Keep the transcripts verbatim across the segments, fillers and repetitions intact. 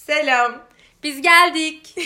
Selam. Biz geldik.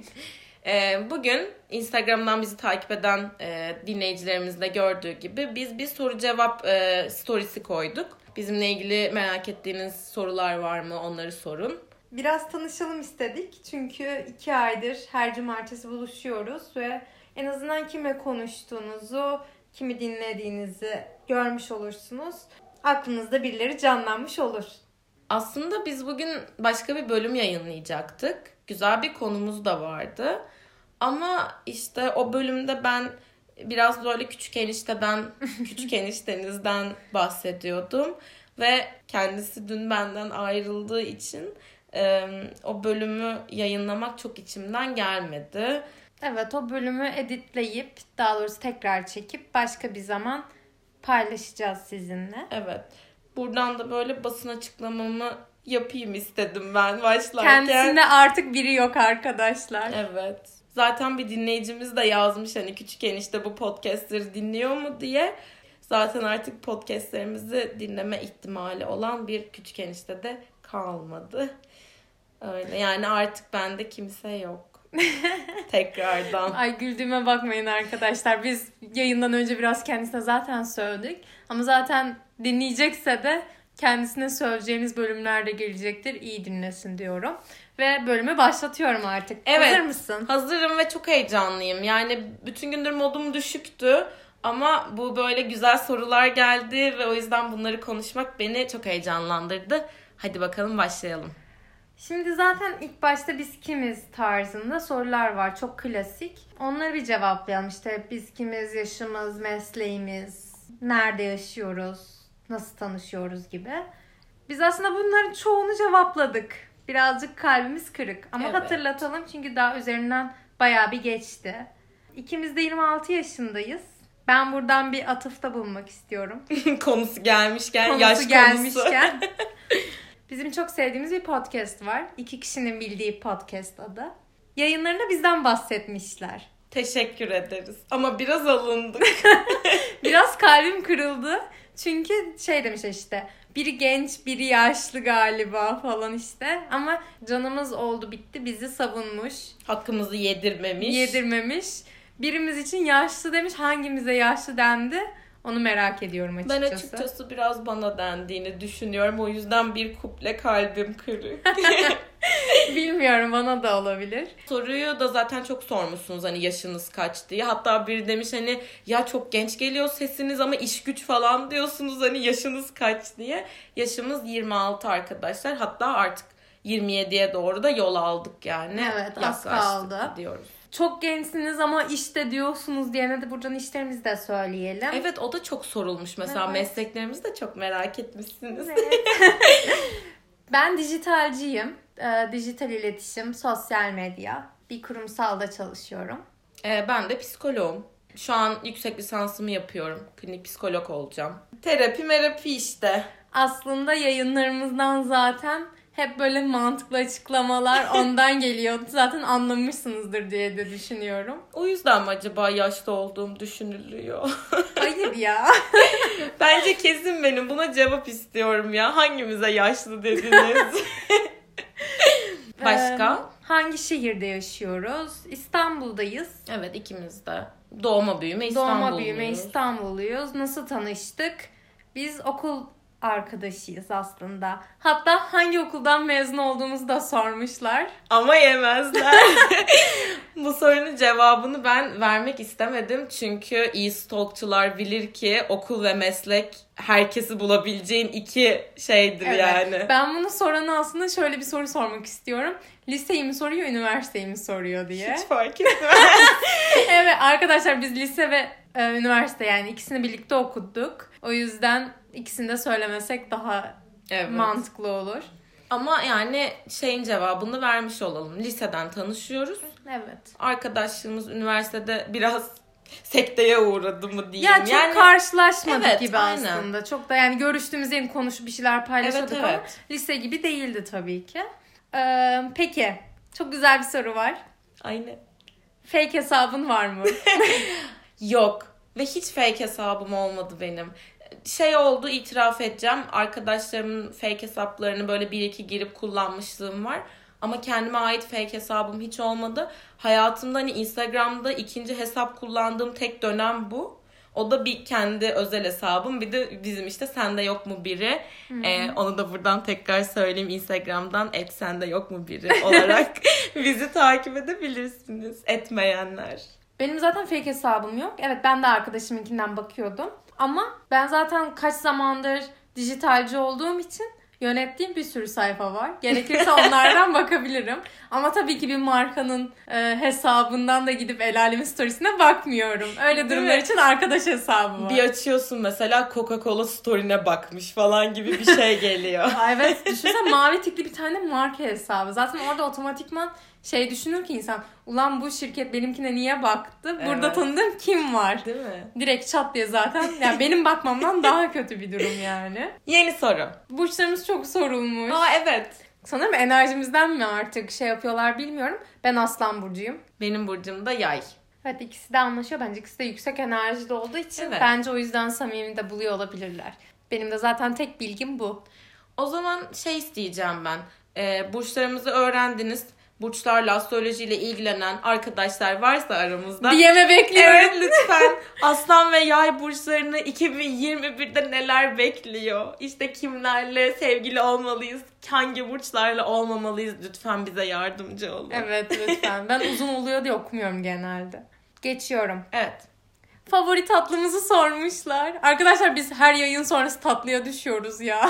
Bugün Instagram'dan bizi takip eden dinleyicilerimizle gördüğü gibi biz bir soru cevap storiesi koyduk. Bizimle ilgili merak ettiğiniz sorular var mı? Onları sorun. Biraz tanışalım istedik. Çünkü iki aydır her cumartesi buluşuyoruz ve en azından kimle konuştuğunuzu, kimi dinlediğinizi görmüş olursunuz. Aklınızda birileri canlanmış olur. Aslında biz bugün başka bir bölüm yayınlayacaktık. Güzel bir konumuz da vardı. Ama işte o bölümde ben biraz böyle küçük enişteden, küçük eniştenizden bahsediyordum. Ve kendisi dün benden ayrıldığı için e, o bölümü yayınlamak çok içimden gelmedi. Evet, o bölümü editleyip, daha doğrusu tekrar çekip başka bir zaman paylaşacağız sizinle. Evet. Buradan da böyle basın açıklamamı yapayım istedim ben başlarken. Kendisinde artık biri yok arkadaşlar. Evet. Zaten bir dinleyicimiz de yazmış hani küçük enişte bu podcastleri dinliyor mu diye. Zaten artık podcastlerimizi dinleme ihtimali olan bir küçük enişte de kalmadı. Öyle yani artık bende kimse yok. Tekrardan. Ay güldüğüme bakmayın arkadaşlar. Biz yayından önce biraz kendisine zaten söyledik. Ama zaten dinleyecekse de kendisine söyleyeceğimiz bölümlerde gelecektir. İyi dinlesin diyorum. Ve bölümü başlatıyorum artık. Evet, hazır mısın? Hazırım ve çok heyecanlıyım. Yani bütün gündür modum düşüktü. Ama bu böyle güzel sorular geldi ve o yüzden bunları konuşmak beni çok heyecanlandırdı. Hadi bakalım başlayalım. Şimdi zaten ilk başta biz kimiz tarzında sorular var. Çok klasik. Onları bir cevaplayalım. İşte biz kimiz, yaşımız, mesleğimiz, nerede yaşıyoruz, nasıl tanışıyoruz gibi. Biz aslında bunların çoğunu cevapladık. Birazcık kalbimiz kırık. Ama evet. Hatırlatalım çünkü daha üzerinden bayağı bir geçti. İkimiz de yirmi altı yaşındayız. Ben buradan bir atıfta bulunmak istiyorum. Konusu gelmişken, konusu yaş gelmişken. konusu. Bizim çok sevdiğimiz bir podcast var. İki kişinin bildiği podcast adı. Yayınlarında bizden bahsetmişler. Teşekkür ederiz. Ama biraz alındık. Biraz kalbim kırıldı. Çünkü şey demişler işte. Biri genç, biri yaşlı galiba falan işte. Ama canımız oldu bitti. Bizi savunmuş. Hakkımızı yedirmemiş. Yedirmemiş. Birimiz için yaşlı demiş. Hangimize yaşlı dendi? Onu merak ediyorum açıkçası. Ben açıkçası biraz bana dendiğini düşünüyorum. O yüzden bir kuple kalbim kırık. Bilmiyorum, bana da olabilir. Soruyu da zaten çok sormuşsunuz hani yaşınız kaç diye. Hatta biri demiş hani ya çok genç geliyor sesiniz ama iş güç falan diyorsunuz hani yaşınız kaç diye. Yaşımız yirmi altı arkadaşlar. Hatta artık yirmi yediye doğru da yol aldık yani. Evet, az kaldı. Diyoruz. Çok gençsiniz ama işte diyorsunuz diyene de buradan işlerimizi de söyleyelim. Evet, o da çok sorulmuş mesela. Evet. Mesleklerimizi de çok merak etmişsiniz. Evet. Ben dijitalciyim. Ee, dijital iletişim, sosyal medya. Bir kurumsalda çalışıyorum. Ee, ben de psikoloğum. Şu an yüksek lisansımı yapıyorum. Klinik psikolog olacağım. Terapi merapi işte. Aslında yayınlarımızdan zaten hep böyle mantıklı açıklamalar ondan geliyor. Zaten anlamışsınızdır diye de düşünüyorum. O yüzden mi acaba yaşlı olduğum düşünülüyor? Hayır ya. Bence kesin benim. Buna cevap istiyorum ya. Hangimize yaşlı dediniz? Başka? Ee, hangi şehirde yaşıyoruz? İstanbul'dayız. Evet, ikimiz de. Doğma büyüme İstanbulluyuz. Doğma büyüme İstanbulluyuz. Nasıl tanıştık? Biz okul arkadaşıyız aslında. Hatta hangi okuldan mezun olduğumuzu da sormuşlar. Ama yemezler. Bu sorunun cevabını ben vermek istemedim. Çünkü iyi stalkçılar bilir ki okul ve meslek herkesi bulabileceğin iki şeydir evet. Yani. Ben bunu sorana aslında şöyle bir soru sormak istiyorum. Liseyi mi soruyor, üniversiteyi mi soruyor diye. Hiç fark etmez. Evet arkadaşlar, biz lise ve e, üniversite yani ikisini birlikte okuduk. O yüzden ikisini de söylemesek daha evet. mantıklı olur. Ama yani şeyin cevabını vermiş olalım. Liseden tanışıyoruz. Evet. Arkadaşlığımız üniversitede biraz sekteye uğradı mı diyeyim. Ya çok yani, karşılaşmadık evet, gibi aynen. aslında. Çok da yani görüştüğümüz yerin konuşup bir şeyler paylaşıyorduk evet, ama evet. lise gibi değildi tabii ki. Ee, peki çok güzel bir soru var. Aynen. Fake hesabın var mı? Yok. Ve hiç fake hesabım olmadı benim. Şey oldu, itiraf edeceğim. Arkadaşlarımın fake hesaplarını böyle bir iki girip kullanmışlığım var. Ama kendime ait fake hesabım hiç olmadı. Hayatımda hani Instagram'da ikinci hesap kullandığım tek dönem bu. O da bir kendi özel hesabım. Bir de bizim işte Sende Yok Mu Biri. Ee, onu da buradan tekrar söyleyeyim. Instagram'dan et sende yok mu biri olarak bizi takip edebilirsiniz. Etmeyenler. Benim zaten fake hesabım yok. Evet, ben de arkadaşımınkinden bakıyordum. Ama ben zaten kaç zamandır dijitalci olduğum için yönettiğim bir sürü sayfa var. Gerekirse onlardan bakabilirim. Ama tabii ki bir markanın e, hesabından da gidip el alemin storiesine bakmıyorum. Öyle durumlar için arkadaş hesabı var. Bir açıyorsun mesela Coca-Cola story'ine bakmış falan gibi bir şey geliyor. Evet, düşünsene mavi tikli bir tane marka hesabı. Zaten orada otomatikman şey düşünür ki insan, ulan bu şirket benimkine niye baktı? Burada evet. Tanıdığım kim var? Değil mi? Direkt çat diye zaten. Yani benim bakmamdan daha kötü bir durum yani. Yeni soru. Burçlarımız çok sorulmuş. Aa evet. Sanırım enerjimizden mi artık şey yapıyorlar bilmiyorum. Ben Aslan burcuyum. Benim burcum da Yay. Evet, ikisi de anlaşıyor. Bence ikisi de yüksek enerjide olduğu için evet. Bence o yüzden samimi de buluyor olabilirler. Benim de zaten tek bilgim bu. O zaman şey isteyeceğim ben. Ee, burçlarımızı öğrendiniz. Burçlarla, astrolojiyle ilgilenen arkadaşlar varsa aramızda. D M'e bekliyorum. Evet lütfen. Aslan ve Yay burçlarını iki bin yirmi birde neler bekliyor? İşte kimlerle sevgili olmalıyız? Hangi burçlarla olmamalıyız? Lütfen bize yardımcı olun. Evet lütfen. Ben uzun oluyor diye okumuyorum genelde. Geçiyorum. Evet. Favori tatlımızı sormuşlar. Arkadaşlar biz her yayın sonrası tatlıya düşüyoruz ya.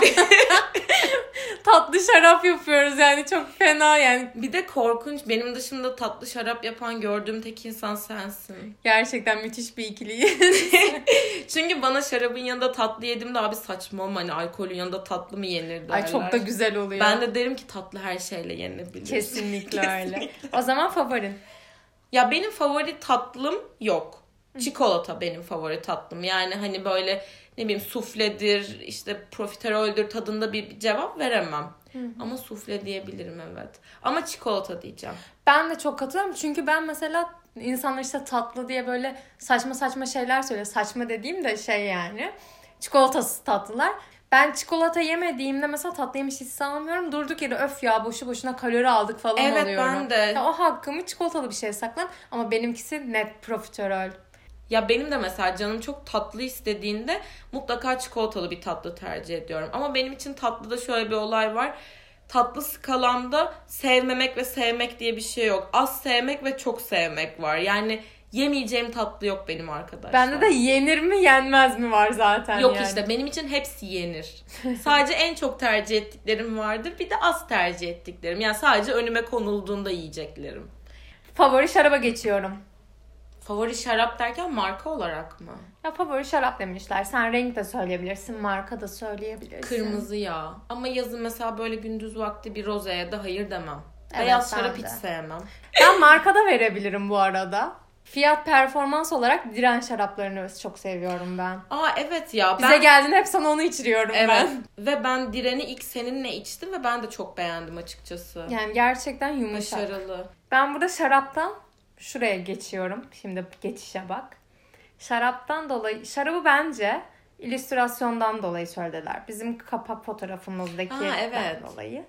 Tatlı şarap yapıyoruz yani, çok fena yani. Bir de korkunç, benim dışında tatlı şarap yapan gördüğüm tek insan sensin. Gerçekten müthiş bir ikiliyiz. Çünkü bana şarabın yanında tatlı yediğimde abi saçmalama, hani alkolün yanında tatlı mı yenir derler. Ay çok da güzel oluyor. Ben de derim ki tatlı her şeyle yenilebilir. Kesinlikle öyle. O zaman favorin? Ya benim favori tatlım yok. Çikolata benim favori tatlım. Yani hani böyle ne bileyim sufledir, işte profiteroldür tadında bir cevap veremem. Hı hı. Ama sufle diyebilirim evet. Ama çikolata diyeceğim. Ben de çok katılıyorum. Çünkü ben mesela insanlar işte tatlı diye böyle saçma saçma şeyler söylüyor. Saçma dediğim de şey yani. Çikolatasız tatlılar. Ben çikolata yemediğimde mesela tatlı yemiş hissi almıyorum. Durduk yere öf ya boşu boşuna kalori aldık falan evet, oluyorum. Evet ben de. Ya o hakkımı çikolatalı bir şey saklan. Ama benimkisi net profiterol. Ya benim de mesela canım çok tatlı istediğinde mutlaka çikolatalı bir tatlı tercih ediyorum. Ama benim için tatlıda şöyle bir olay var. Tatlı skalamda sevmemek ve sevmek diye bir şey yok. Az sevmek ve çok sevmek var. Yani yemeyeceğim tatlı yok benim arkadaşlar. Bende de yenir mi yenmez mi var zaten yok yani. işte benim için hepsi yenir. Sadece en çok tercih ettiklerim vardır. Bir de az tercih ettiklerim. Yani sadece önüme konulduğunda yiyeceklerim. Favori şaraba geçiyorum. Favori şarap derken marka olarak mı? Ya favori şarap demişler. Sen renk de söyleyebilirsin, marka da söyleyebilirsin. Kırmızı ya. Ama yazın mesela böyle gündüz vakti bir rozeye de hayır demem. Evet, beyaz şarap de. hiç sevmem. Ben marka da verebilirim bu arada. Fiyat performans olarak Diren şaraplarını çok seviyorum ben. Aa evet ya. Bize ben... geldin hep sana onu içiriyorum evet. ben. Ve ben Diren'i ilk seninle içtim ve ben de çok beğendim açıkçası. Yani gerçekten yumuşak. Başarılı. Ben burada şaraptan şuraya geçiyorum. Şimdi geçişe bak. Şaraptan dolayı, şarabı bence illüstrasyondan dolayı söylediler. Bizim kapak fotoğrafımızdaki Aa, evet. dolayı.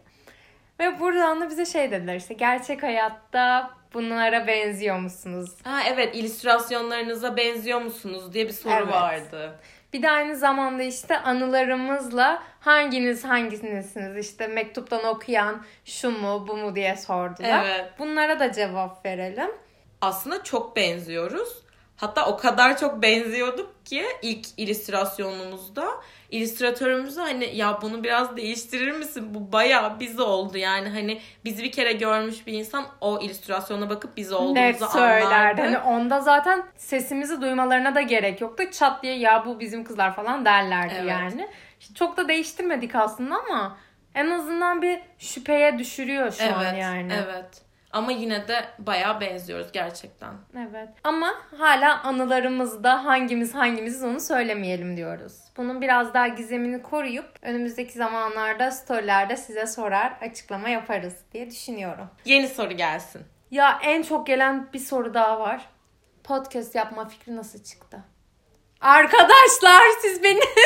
Ve buradan da bize şey dediler işte, gerçek hayatta bunlara benziyor musunuz? Ha evet, illüstrasyonlarınıza benziyor musunuz diye bir soru evet. vardı. Bir de aynı zamanda işte anılarımızla hanginiz hangisiniz işte mektuptan okuyan şu mu bu mu diye sordular. Evet. Bunlara da cevap verelim. Aslında çok benziyoruz. Hatta o kadar çok benziyorduk ki ilk illüstrasyonumuzda illüstratörümüze hani ya bunu biraz değiştirir misin? Bu bayağı biz oldu yani hani bizi bir kere görmüş bir insan o illüstrasyona bakıp biz olduğumuzu net söylerdi. anlardı. Hani onda zaten sesimizi duymalarına da gerek yoktu. Çat diye ya bu bizim kızlar falan derlerdi evet. yani. Çok da değiştirmedik aslında ama en azından bir şüpheye düşürüyor şu evet, an yani. Evet. Ama yine de bayağı benziyoruz gerçekten. Evet. Ama hala anılarımızda hangimiz hangimiziz onu söylemeyelim diyoruz. Bunun biraz daha gizemini koruyup önümüzdeki zamanlarda storylerde size sorar, açıklama yaparız diye düşünüyorum. Yeni soru gelsin. Ya en çok gelen bir soru daha var. Podcast yapma fikri nasıl çıktı? Arkadaşlar siz beni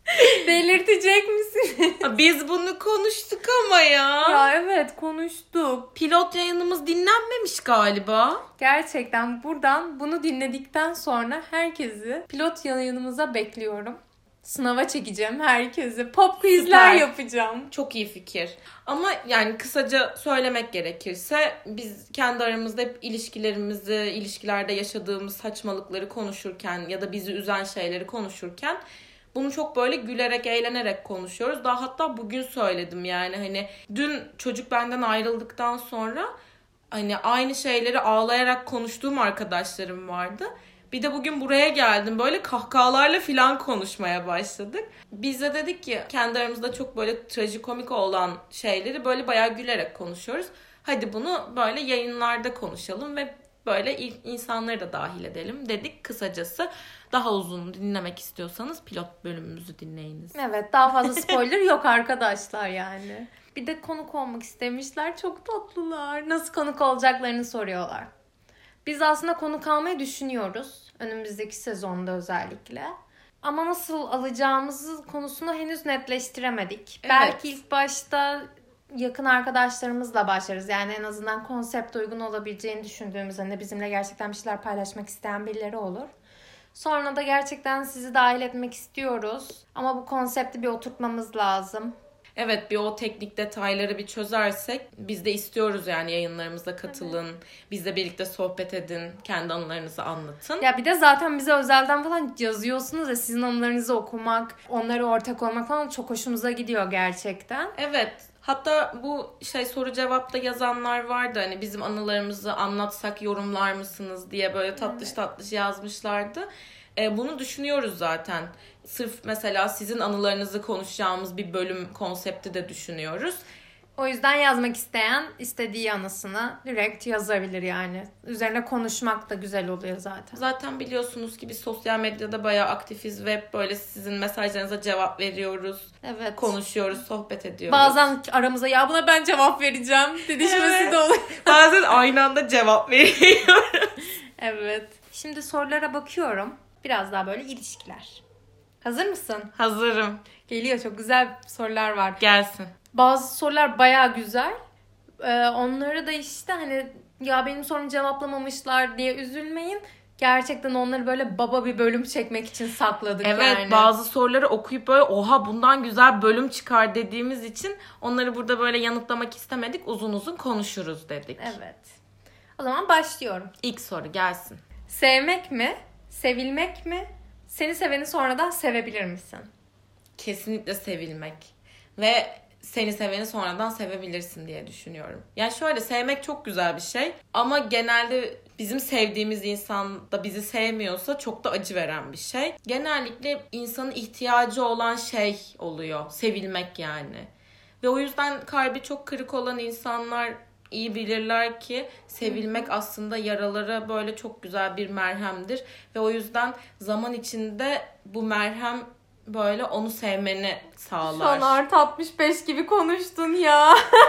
Delirtecek misin? Biz bunu konuştuk ama ya. Ya evet konuştuk. Pilot yayınımız dinlenmemiş galiba. Gerçekten buradan bunu dinledikten sonra herkesi pilot yayınımıza bekliyorum. Sınava çekeceğim herkesi. Pop quizler yapacağım. Çok iyi fikir. Ama yani kısaca söylemek gerekirse biz kendi aramızda hep ilişkilerimizi, ilişkilerde yaşadığımız saçmalıkları konuşurken ya da bizi üzen şeyleri konuşurken bunu çok böyle gülerek, eğlenerek konuşuyoruz. Daha hatta bugün söyledim yani hani dün çocuk benden ayrıldıktan sonra hani aynı şeyleri ağlayarak konuştuğum arkadaşlarım vardı. Bir de bugün buraya geldim. Böyle kahkahalarla falan konuşmaya başladık. Biz de dedik ki kendi aramızda çok böyle trajikomik olan şeyleri böyle bayağı gülerek konuşuyoruz. Hadi bunu böyle yayınlarda konuşalım ve böyle insanları da dahil edelim dedik. Kısacası daha uzun dinlemek istiyorsanız pilot bölümümüzü dinleyiniz. Evet, daha fazla spoiler yok arkadaşlar yani. Bir de konuk olmak istemişler. Çok tatlılar. Nasıl konuk olacaklarını soruyorlar. Biz aslında konuk almayı düşünüyoruz. Önümüzdeki sezonda özellikle. Ama nasıl alacağımızı konusunu henüz netleştiremedik. Evet. Belki ilk başta yakın arkadaşlarımızla başlarız. Yani en azından konsepte uygun olabileceğini düşündüğümüz, hani bizimle gerçekten bir şeyler paylaşmak isteyen birileri olur. Sonra da gerçekten sizi dahil etmek istiyoruz. Ama bu konsepti bir oturtmamız lazım. Evet, bir o teknik detayları bir çözersek biz de istiyoruz yani yayınlarımıza katılın. Evet. Bizle birlikte sohbet edin. Kendi anılarınızı anlatın. Ya bir de zaten bize özelden falan yazıyorsunuz ya, sizin anılarınızı okumak, onlara ortak olmak falan çok hoşumuza gidiyor gerçekten. Evet. Hatta bu şey soru cevapta yazanlar vardı. Hani bizim anılarımızı anlatsak yorumlar mısınız diye böyle tatlış evet. tatlış yazmışlardı. E, bunu düşünüyoruz zaten. Sırf mesela sizin anılarınızı konuşacağımız bir bölüm konsepti de düşünüyoruz. O yüzden yazmak isteyen istediği anısını direkt yazabilir yani. Üzerine konuşmak da güzel oluyor zaten. Zaten biliyorsunuz ki biz sosyal medyada bayağı aktifiz ve böyle sizin mesajlarınıza cevap veriyoruz. Evet. Konuşuyoruz, sohbet ediyoruz. Bazen aramıza ya buna ben cevap vereceğim didişmesi evet. de oluyor. Bazen aynı anda cevap veriyoruz. Evet. Şimdi sorulara bakıyorum. Biraz daha böyle ilişkiler. Hazır mısın? Hazırım. Geliyor, çok güzel sorular var. Gelsin. Bazı sorular bayağı güzel. Ee, onları da işte hani ya benim sorumu cevaplamamışlar diye üzülmeyin. Gerçekten onları böyle baba bir bölüm çekmek için sakladık evet, yani. Evet, bazı soruları okuyup böyle oha bundan güzel bölüm çıkar dediğimiz için onları burada böyle yanıtlamak istemedik. Uzun uzun konuşuruz dedik. Evet. O zaman başlıyorum. İlk soru gelsin. Sevmek mi? Sevilmek mi? Seni seveni sonradan sevebilir misin? Kesinlikle sevilmek. Ve seni seveni sonradan sevebilirsin diye düşünüyorum. Yani şöyle, sevmek çok güzel bir şey. Ama genelde bizim sevdiğimiz insan da bizi sevmiyorsa çok da acı veren bir şey. Genellikle insanın ihtiyacı olan şey oluyor. Sevilmek yani. Ve o yüzden kalbi çok kırık olan insanlar iyi bilirler ki sevilmek aslında yaralara böyle çok güzel bir merhemdir. Ve o yüzden zaman içinde bu merhem böyle onu sevmeni sağlar. Şu an artı altmış beş gibi konuştun ya.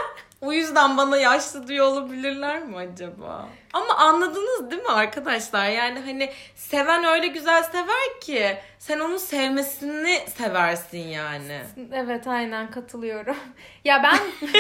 O yüzden bana yaşlı diyor olabilirler mi acaba? Ama anladınız değil mi arkadaşlar? Yani hani seven öyle güzel sever ki sen onun sevmesini seversin yani. Evet, aynen katılıyorum. Ya ben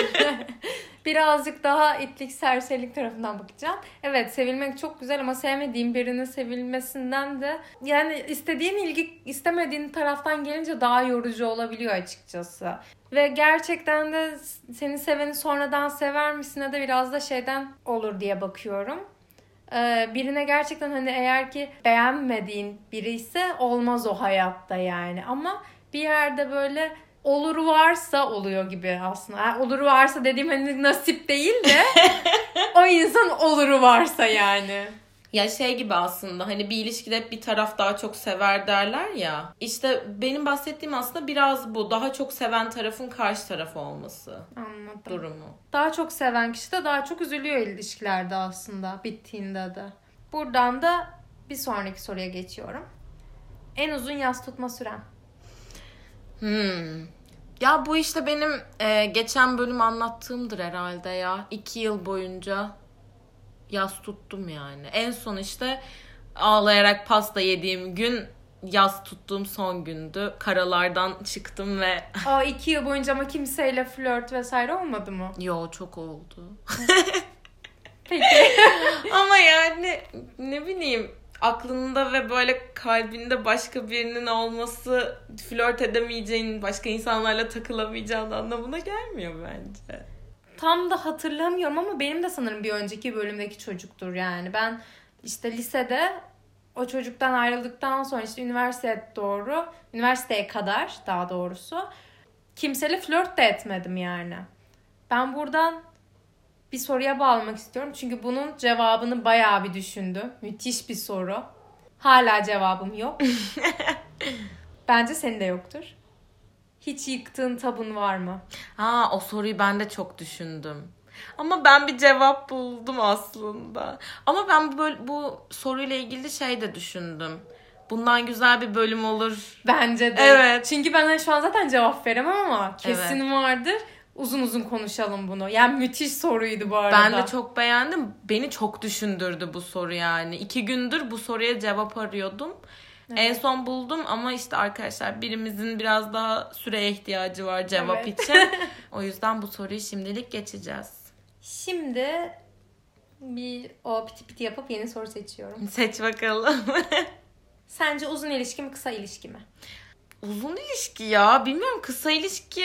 birazcık daha itlik serserilik tarafından bakacağım. Evet, sevilmek çok güzel ama sevmediğin birinin sevilmesinden de yani istediğin ilgi istemediğin taraftan gelince daha yorucu olabiliyor açıkçası. Ve gerçekten de seni seveni sonradan sever misine de biraz da şeyden olur diye bakıyorum. Ee, birine gerçekten hani eğer ki beğenmediğin biri ise olmaz o hayatta yani. Ama bir yerde böyle oluru varsa oluyor gibi aslında. Yani oluru varsa dediğim hani nasip değil de o insan oluru varsa yani. Ya şey gibi aslında hani bir ilişkide hep bir taraf daha çok sever derler ya. İşte benim bahsettiğim aslında biraz bu. Daha çok seven tarafın karşı taraf olması. Anladım. Durumu. Daha çok seven kişi de daha çok üzülüyor ilişkilerde aslında bittiğinde de. Buradan da bir sonraki soruya geçiyorum. En uzun yas tutma süren. Hmm. Ya bu işte benim e, geçen bölüm anlattığımdır herhalde ya. İki yıl boyunca yas tuttum yani. En son işte ağlayarak pasta yediğim gün yaz tuttuğum son gündü. Karalardan çıktım ve... Aa, iki yıl boyunca ama kimseyle flört vesaire olmadı mı? Yo, çok oldu. Peki. Ama yani ne bileyim, aklında ve böyle kalbinde başka birinin olması flört edemeyeceğin, başka insanlarla takılamayacağın anlamına gelmiyor bence. Tam da hatırlamıyorum ama benim de sanırım bir önceki bölümdeki çocuktur yani. Ben işte lisede o çocuktan ayrıldıktan sonra işte üniversiteye doğru, üniversiteye kadar daha doğrusu kimseyle flört de etmedim yani. Ben buradan bir soruya bağlamak istiyorum. Çünkü bunun cevabını bayağı bir düşündüm. Müthiş bir soru. Hala cevabım yok. Bence senin de yoktur. Hiç yıktığın tabun var mı? Ha, o soruyu ben de çok düşündüm. Ama ben bir cevap buldum aslında. Ama ben böyle bu soruyla ilgili şey de düşündüm. Bundan güzel bir bölüm olur. Bence de. Evet. Çünkü ben şu an zaten cevap veremem ama kesin Evet. vardır. Uzun uzun konuşalım bunu. Yani müthiş soruydu bu arada. Ben de çok beğendim. Beni çok düşündürdü bu soru yani. İki gündür bu soruya cevap arıyordum. Evet. En son buldum ama işte arkadaşlar birimizin biraz daha süreye ihtiyacı var cevap evet. için. O yüzden bu soruyu şimdilik geçeceğiz. Şimdi bir o piti piti yapıp yeni soru seçiyorum. Seç bakalım. Sence uzun ilişki mi, kısa ilişki mi? Uzun ilişki ya. Bilmiyorum, kısa ilişki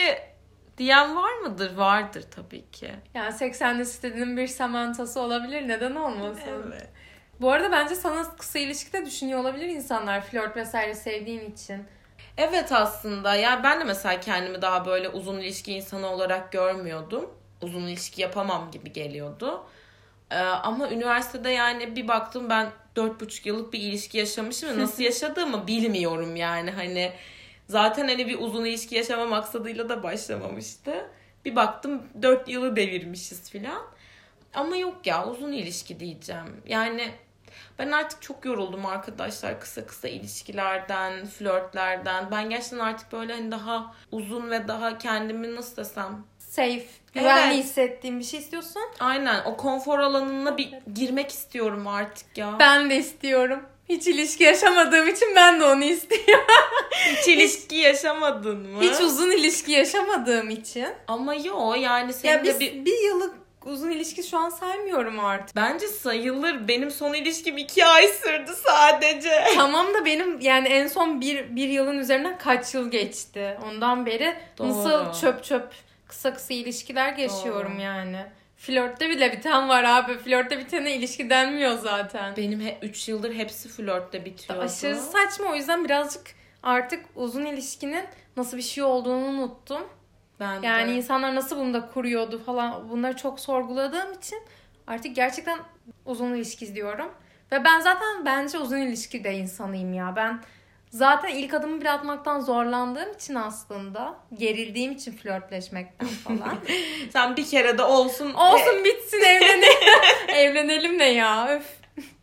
diyen var mıdır? Vardır tabii ki. Yani Sex and the City'nin bir Samantha'sı olabilir. Neden olmasın? Evet. Bu arada bence sana kısa ilişkide düşünüyor olabilir insanlar. Flört vesaire sevdiğin için. Evet aslında. Yani ben de mesela kendimi daha böyle uzun ilişki insanı olarak görmüyordum. Uzun ilişki yapamam gibi geliyordu. Ee, ama üniversitede yani bir baktım ben dört buçuk yıllık bir ilişki yaşamışım ve nasıl yaşadığımı bilmiyorum yani. Hani zaten hani bir uzun ilişki yaşama maksadıyla da başlamamıştı. Bir baktım dört yılı devirmişiz filan. Ama yok ya, uzun ilişki diyeceğim. Yani ben artık çok yoruldum arkadaşlar kısa kısa ilişkilerden, flörtlerden. Ben gerçekten artık böyle hani daha uzun ve daha kendimi nasıl desem... Safe, güvenli evet. hissettiğim bir şey istiyorsun. Aynen, o konfor alanına bir girmek istiyorum artık ya. Ben de istiyorum. Hiç ilişki yaşamadığım için ben de onu istiyorum. Hiç ilişki yaşamadın mı? Hiç uzun ilişki yaşamadığım için. Ama yo yani senin ya de bir... bir... bir yıllık uzun ilişki şu an saymıyorum artık. Bence sayılır. Benim son ilişkim iki ay sürdü sadece. Tamam da benim yani en son bir, bir yılın üzerinden kaç yıl geçti. Ondan beri Doğru. nasıl çöp çöp kısa kısa ilişkiler yaşıyorum Doğru. yani. Flörtte bile biten var abi. Flörtte bitene ilişki denmiyor zaten. Benim üç yıldır hepsi flörtte bitiyordu. Aşırı saçma, o yüzden birazcık artık uzun ilişkinin nasıl bir şey olduğunu unuttum. Ben yani de. insanlar nasıl bunu da kuruyordu falan, bunları çok sorguladığım için artık gerçekten uzun ilişki diyorum. Ve ben zaten bence uzun ilişkide insanıyım ya. Ben zaten ilk adımı bile atmaktan zorlandığım için aslında, gerildiğim için flörtleşmekten falan. Sen bir kere de olsun. Olsun bitsin evlenelim. Evlenelim ne ya öf.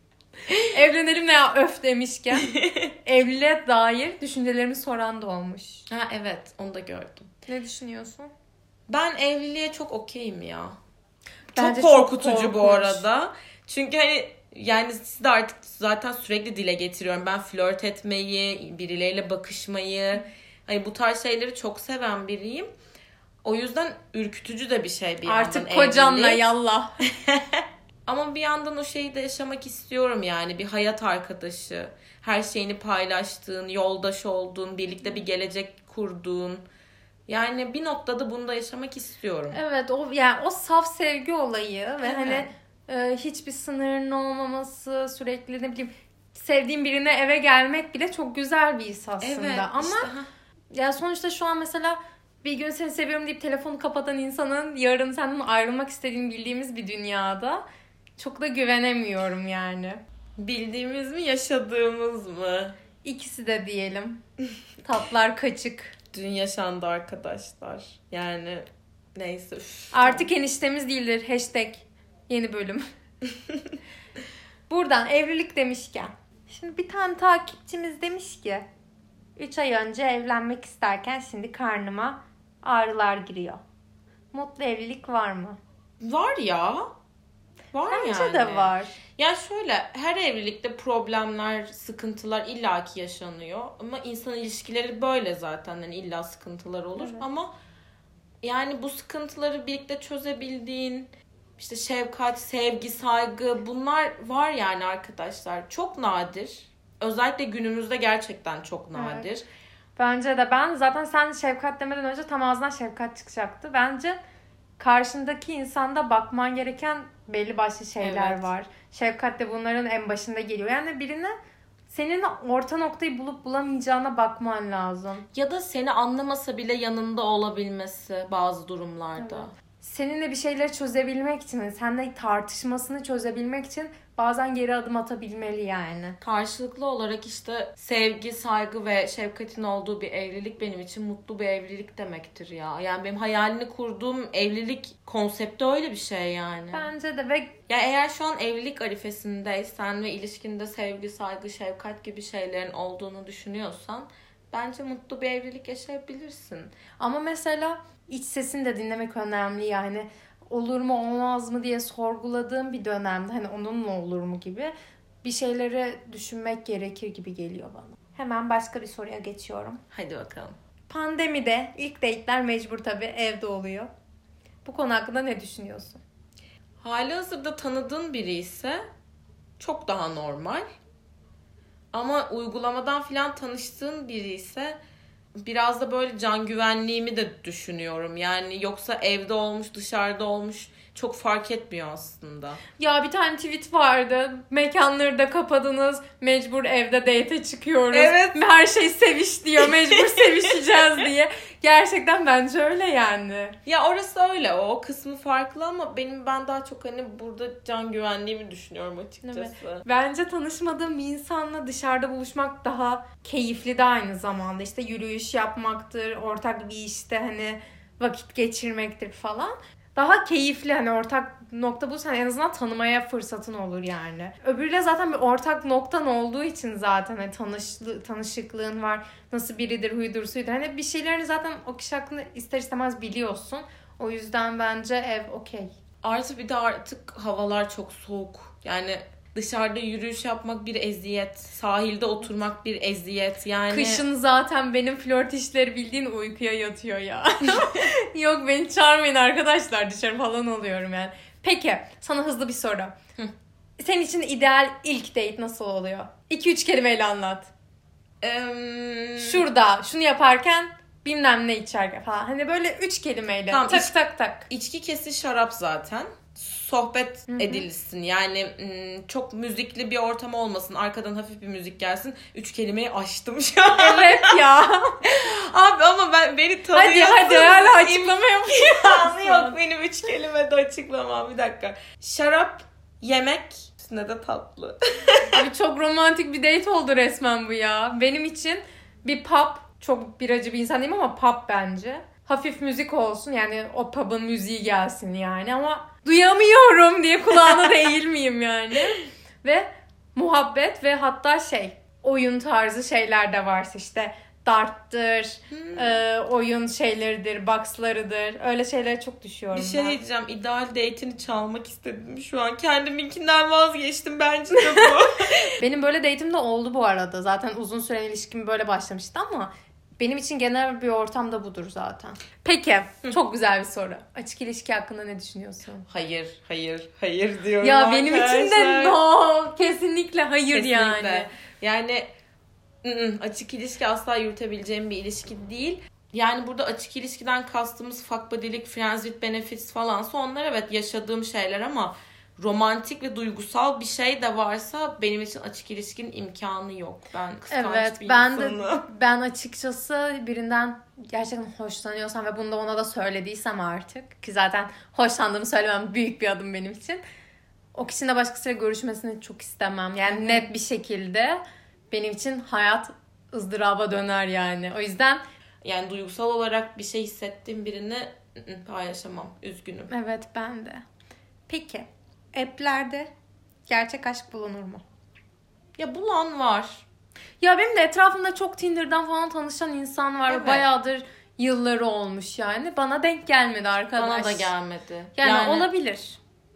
Evlenelim ne ya öf demişken. Evliliğe dair düşüncelerimi soran da olmuş. Ha evet, onu da gördüm. Ne düşünüyorsun? Ben evliliğe çok okeyim ya. Bence çok korkutucu çok bu arada. Çünkü hani yani siz de artık zaten sürekli dile getiriyorum. Ben flört etmeyi, birileriyle bakışmayı, hani bu tarz şeyleri çok seven biriyim. O yüzden ürkütücü de bir şey bir yandan Artık kocanla evlilik. Yallah. Ama bir yandan o şeyi de yaşamak istiyorum yani. Bir hayat arkadaşı, her şeyini paylaştığın, yoldaş olduğun, birlikte bir gelecek kurduğun. Yani bir noktada bunu da yaşamak istiyorum. Evet, o yani o saf sevgi olayı ve evet. hani e, hiçbir sınırın olmaması, sürekli ne bileyim sevdiğin birine eve gelmek bile çok güzel bir his aslında. Evet, ama işte. ya sonuçta şu an mesela bir gün seni seviyorum deyip telefonu kapatan insanın yarın senden ayrılmak istediğini bildiğimiz bir dünyada çok da güvenemiyorum yani. Bildiğimiz mi, yaşadığımız mı? İkisi de diyelim. Tatlar kaçık. Dün yaşandı arkadaşlar. Yani neyse. Üf, Artık tamam. Eniştemiz değildir. Hashtag yeni bölüm. Buradan evlilik demişken. Şimdi bir tane takipçimiz demiş ki üç ay önce evlenmek isterken şimdi karnıma ağrılar giriyor. Mutlu evlilik var mı? Var ya. Var Bence yani. de var. Ya şöyle, her evlilikte problemler, sıkıntılar illaki yaşanıyor. Ama insan ilişkileri böyle zaten. Yani illa sıkıntılar olur. Evet. Ama yani bu sıkıntıları birlikte çözebildiğin, işte şefkat, sevgi, saygı, bunlar var yani arkadaşlar. Çok nadir. Özellikle günümüzde gerçekten çok nadir. Evet. Bence de. Ben zaten sen şefkat demeden önce tam ağzından şefkat çıkacaktı. Bence karşındaki insanda bakman gereken belli başlı şeyler evet. var. Şefkat de bunların en başında geliyor. Yani birine senin orta noktayı bulup bulamayacağına bakman lazım. Ya da seni anlamasa bile yanında olabilmesi bazı durumlarda. Evet. Seninle bir şeyleri çözebilmek için, seninle tartışmasını çözebilmek için bazen geri adım atabilmeli yani. Karşılıklı olarak işte sevgi, saygı ve şefkatin olduğu bir evlilik benim için mutlu bir evlilik demektir ya. Yani benim hayalini kurduğum evlilik konsepti öyle bir şey yani. Bence de. Ve ya eğer şu an evlilik arifesindeysen ve ilişkinde sevgi, saygı, şefkat gibi şeylerin olduğunu düşünüyorsan bence mutlu bir evlilik yaşayabilirsin. Ama mesela iç sesini de dinlemek önemli yani. Olur mu olmaz mı diye sorguladığım bir dönemde hani onunla olur mu gibi bir şeyleri düşünmek gerekir gibi geliyor bana. Hemen başka bir soruya geçiyorum. Hadi bakalım. Pandemide ilk date'ler mecbur tabii evde oluyor. Bu konu hakkında ne düşünüyorsun? Halihazırda tanıdığın biri ise çok daha normal. Ama uygulamadan falan tanıştığın biri ise biraz da böyle can güvenliğimi de düşünüyorum. Yani yoksa evde olmuş, dışarıda olmuş çok fark etmiyor aslında. Ya bir tane tweet vardı. Mekanları da kapadınız. Mecbur evde date'e çıkıyoruz. Evet. Her şey seviş diyor. Mecbur sevişeceğiz diye. Gerçekten bence öyle yani. Ya orası öyle. O, o kısmı farklı ama benim ben daha çok hani burada can güvenliğimi düşünüyorum açıkçası. Evet. Bence tanışmadığım bir insanla dışarıda buluşmak daha keyifli de aynı zamanda. İşte yürüyüş yapmaktır, ortak bir işte hani vakit geçirmektir falan. Daha keyifli hani ortak nokta bulursan en azından tanımaya fırsatın olur yani. Öbürüyle zaten bir ortak noktan olduğu için zaten hani tanışlı, tanışıklığın var. Nasıl biridir, huydur, suydur. Hani bir şeylerini zaten o kişi hakkında ister istemez biliyorsun. O yüzden bence ev okey. Artı bir de artık havalar çok soğuk. Yani dışarıda yürüyüş yapmak bir eziyet. Sahilde oturmak bir eziyet. Yani kışın zaten benim flört işleri bildiğin uykuya yatıyor ya. Yok beni çağırmayın arkadaşlar dışarı falan oluyorum yani. Peki sana hızlı bir soru. Hı. Senin için ideal ilk date nasıl oluyor? iki üç kelimeyle anlat. Ee... Şurada şunu yaparken bilmem ne içerken falan. Hani böyle üç kelimeyle tamam, tak iç, tak tak. İçki kesin şarap zaten. Sohbet Hı-hı. edilsin. Yani çok müzikli bir ortam olmasın. Arkadan hafif bir müzik gelsin. Üç kelimeyi açtım şu an. Evet ya. Abi ama ben beni tanıyorsun. Hadi hadi hala açıklama yapıyorsun. Yok benim üç kelimede açıklamam. Bir dakika. Şarap, yemek, üstüne de tatlı. Abi çok romantik bir date oldu resmen bu ya. Benim için bir pub, çok biracı bir insan değilim ama pub bence. Hafif müzik olsun yani o pub'ın müziği gelsin yani ama duyamıyorum diye kulağına da eğilmeyeyim yani. Ve muhabbet ve hatta şey oyun tarzı şeyler de varsa işte darttır, hmm. e, oyun şeyleridir, boxlarıdır. Öyle şeylere çok düşüyorum. Bir şey ben. diyeceğim. İdeal date'ini çalmak istedim şu an. Kendiminkinden vazgeçtim bence de bu. Benim böyle date'im de oldu bu arada. Zaten uzun süren ilişkim böyle başlamıştı ama benim için genel bir ortamda budur zaten. Peki. Hı. Çok güzel bir soru. Açık ilişki hakkında ne düşünüyorsun? Hayır, hayır, hayır diyorum ya arkadaşlar. Benim için de no. Kesinlikle hayır kesinlikle. yani. Yani ı-ı, açık ilişki asla yürütebileceğim bir ilişki değil. Yani burada açık ilişkiden kastımız fuck buddy'lik, friends with benefits falansa onlar evet yaşadığım şeyler ama romantik ve duygusal bir şey de varsa benim için açık ilişkinin imkanı yok. Ben kıskanç evet, bir ben insanım. De, ben açıkçası birinden gerçekten hoşlanıyorsam ve bunu da ona da söylediysem artık ki zaten hoşlandığımı söylemem büyük bir adım benim için. O kişinin de başkasıyla görüşmesini çok istemem. Yani hmm. net bir şekilde benim için hayat ızdıraba döner yani. O yüzden yani duygusal olarak bir şey hissettiğim birini paylaşamam. Üzgünüm. Evet ben de. Peki. App'lerde gerçek aşk bulunur mu? Ya bulan var. Ya benim de etrafımda çok Tinder'dan falan tanışan insan var. Evet. Bayağıdır yılları olmuş yani. Bana denk gelmedi arkadaş. Bana da gelmedi. Yani, yani olabilir.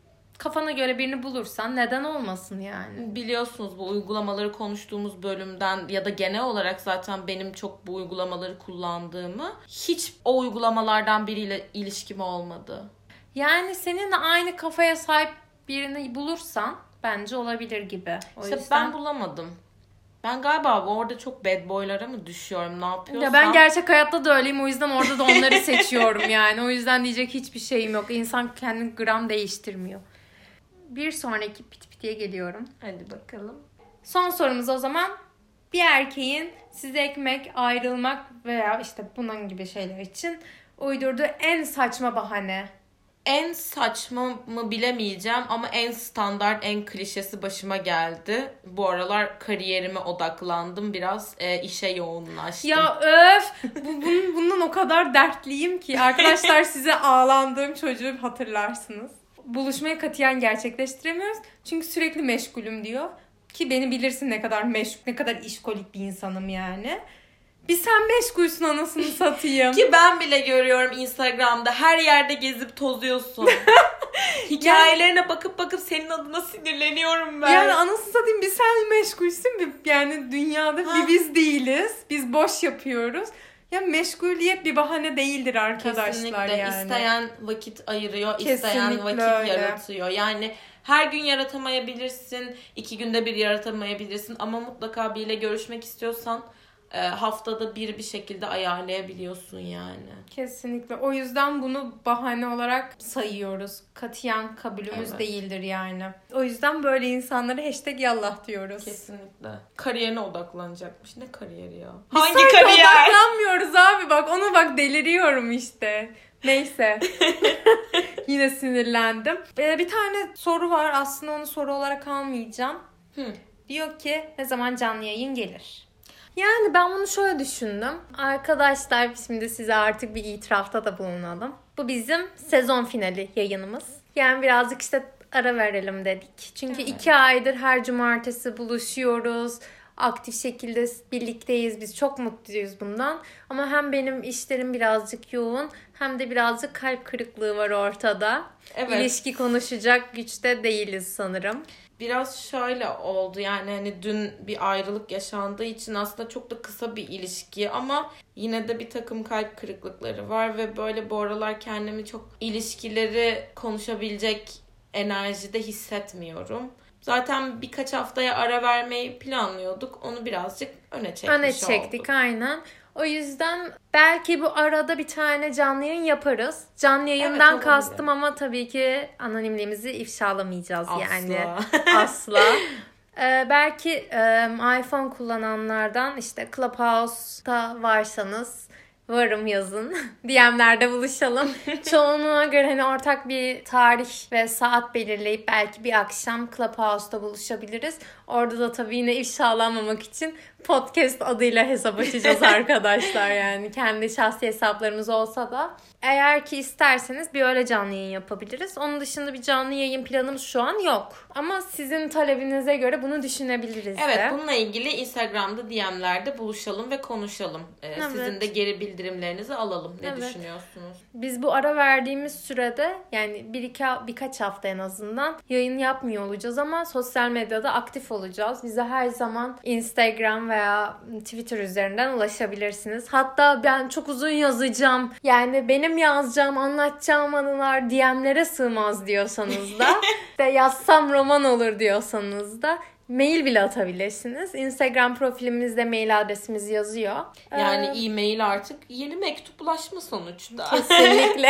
kafana göre birini bulursan neden olmasın yani? Biliyorsunuz bu uygulamaları konuştuğumuz bölümden ya da genel olarak zaten benim çok bu uygulamaları kullandığımı, hiç o uygulamalardan biriyle ilişkim olmadı. Yani seninle aynı kafaya sahip birini bulursan bence olabilir gibi. O işte yüzden... ben bulamadım. Ben galiba orada çok bad boylara mı düşüyorum, ne yapıyorsam. Ya ben gerçek hayatta da öyleyim, o yüzden orada da onları seçiyorum yani. O yüzden diyecek hiçbir şeyim yok. İnsan kendini gram değiştirmiyor. Bir sonraki pit pitiye geliyorum. Hadi bakalım. Son sorumuz o zaman. Bir erkeğin size ekmek, ayrılmak veya işte bunun gibi şeyler için uydurduğu en saçma bahane. En saçma mı bilemeyeceğim ama en standart, en klişesi başıma geldi. Bu aralar kariyerime odaklandım. Biraz e, işe yoğunlaştım. Ya öf! Bu, bunun, bundan o kadar dertliyim ki. Arkadaşlar size ağlandığım çocuğu hatırlarsınız. Buluşmayı katiyen gerçekleştiremiyoruz. Çünkü sürekli meşgulüm diyor. Ki beni bilirsin ne kadar meşgul, ne kadar işkolik bir insanım yani. Bir sen meşgulsün anasını satayım. Ki ben bile görüyorum Instagram'da her yerde gezip tozuyorsun. Hikayelerine yani, bakıp bakıp senin adına sinirleniyorum ben. Yani anasını satayım bir sen meşgulsün. Bir, yani dünyada ha. bir biz değiliz. Biz boş yapıyoruz. Ya meşguliyet bir bahane değildir arkadaşlar. Kesinlikle. Yani. İsteyen vakit ayırıyor, Kesinlikle isteyen vakit öyle. yaratıyor. Yani her gün yaratamayabilirsin, iki günde bir yaratamayabilirsin ama mutlaka biriyle görüşmek istiyorsan haftada bir bir şekilde ayarlayabiliyorsun yani. Kesinlikle. O yüzden bunu bahane olarak sayıyoruz. Katiyen kabulümüz evet. değildir yani. O yüzden böyle insanlara hashtag yallah diyoruz. Kesinlikle. Kariyerine odaklanacakmış. Ne kariyeri ya? Biz hangi kariyer? Odaklanmıyoruz abi bak. Ona bak deliriyorum işte. Neyse. Yine sinirlendim. Ee, bir tane soru var. Aslında onu soru olarak almayacağım. Hı. Diyor ki ne zaman canlı yayın gelir? Yani ben bunu şöyle düşündüm. Arkadaşlar şimdi size artık bir itirafta da bulunalım. Bu bizim sezon finali yayınımız. Yani birazcık işte ara verelim dedik. Çünkü evet. iki aydır her cumartesi buluşuyoruz. Aktif şekilde birlikteyiz. Biz çok mutluyuz bundan. Ama hem benim işlerim birazcık yoğun hem de birazcık kalp kırıklığı var ortada. Evet. İlişki konuşacak güçte değiliz sanırım. Biraz şöyle oldu yani hani dün bir ayrılık yaşandığı için aslında çok da kısa bir ilişki ama yine de bir takım kalp kırıklıkları var ve böyle bu aralar kendimi çok ilişkileri konuşabilecek enerjide hissetmiyorum. Zaten birkaç haftaya ara vermeyi planlıyorduk. Onu birazcık öne çekmiş olduk. Öne çektik olduk. Aynen. O yüzden belki bu arada bir tane canlı yayın yaparız. Canlı yayından evet, kastım ama tabii ki anonimliğimizi ifşalamayacağız Asla. yani. Asla. Ee, belki e, iPhone kullananlardan işte Clubhouse'da varsanız varım yazın. D M'lerde buluşalım. Çoğunluğuna göre hani ortak bir tarih ve saat belirleyip belki bir akşam Clubhouse'da buluşabiliriz. Orada da tabii yine ifşalanmamak için podcast adıyla hesap açacağız arkadaşlar yani. Kendi şahsi hesaplarımız olsa da. Eğer ki isterseniz bir öyle canlı yayın yapabiliriz. Onun dışında bir canlı yayın planımız şu an yok. Ama sizin talebinize göre bunu düşünebiliriz evet, de. Evet, bununla ilgili Instagram'da D M'lerde buluşalım ve konuşalım. Ee, evet. Sizin de geri bildirimlerinizi alalım. Ne evet. düşünüyorsunuz? Biz bu ara verdiğimiz sürede yani bir iki birkaç hafta en azından yayın yapmıyor olacağız ama sosyal medyada aktif olacağız. Bize her zaman Instagram veya Twitter üzerinden ulaşabilirsiniz. Hatta ben çok uzun yazacağım. Yani benim yazacağım, anlatacağım anılar D M'lere sığmaz diyorsanız da de yazsam roman olur diyorsanız da mail bile atabilirsiniz. Instagram profilimizde mail adresimiz yazıyor. Yani ee, e-mail artık yeni mektuplaşma sonuçta. Kesinlikle.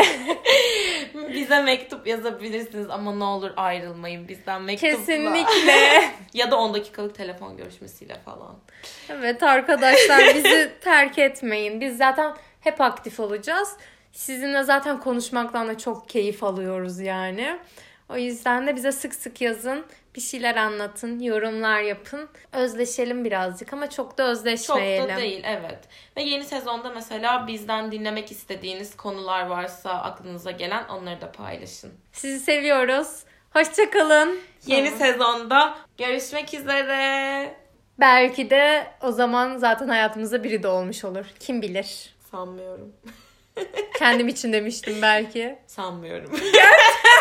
Bize mektup yazabilirsiniz ama ne olur ayrılmayın bizden mektupla. Kesinlikle. Ya da on dakikalık telefon görüşmesiyle falan. Evet arkadaşlar bizi terk etmeyin. Biz zaten hep aktif olacağız. Sizinle zaten konuşmaktan da çok keyif alıyoruz yani. O yüzden de bize sık sık yazın. Bir şeyler anlatın, yorumlar yapın. Özleşelim birazcık ama çok da özleşmeyelim. Çok da değil, evet. Ve yeni sezonda mesela bizden dinlemek istediğiniz konular varsa aklınıza gelen onları da paylaşın. Sizi seviyoruz. Hoşça kalın. Yeni tamam. sezonda görüşmek üzere. Belki de o zaman zaten hayatımızda biri de olmuş olur. Kim bilir? Sanmıyorum. Kendim için demiştim belki. Sanmıyorum.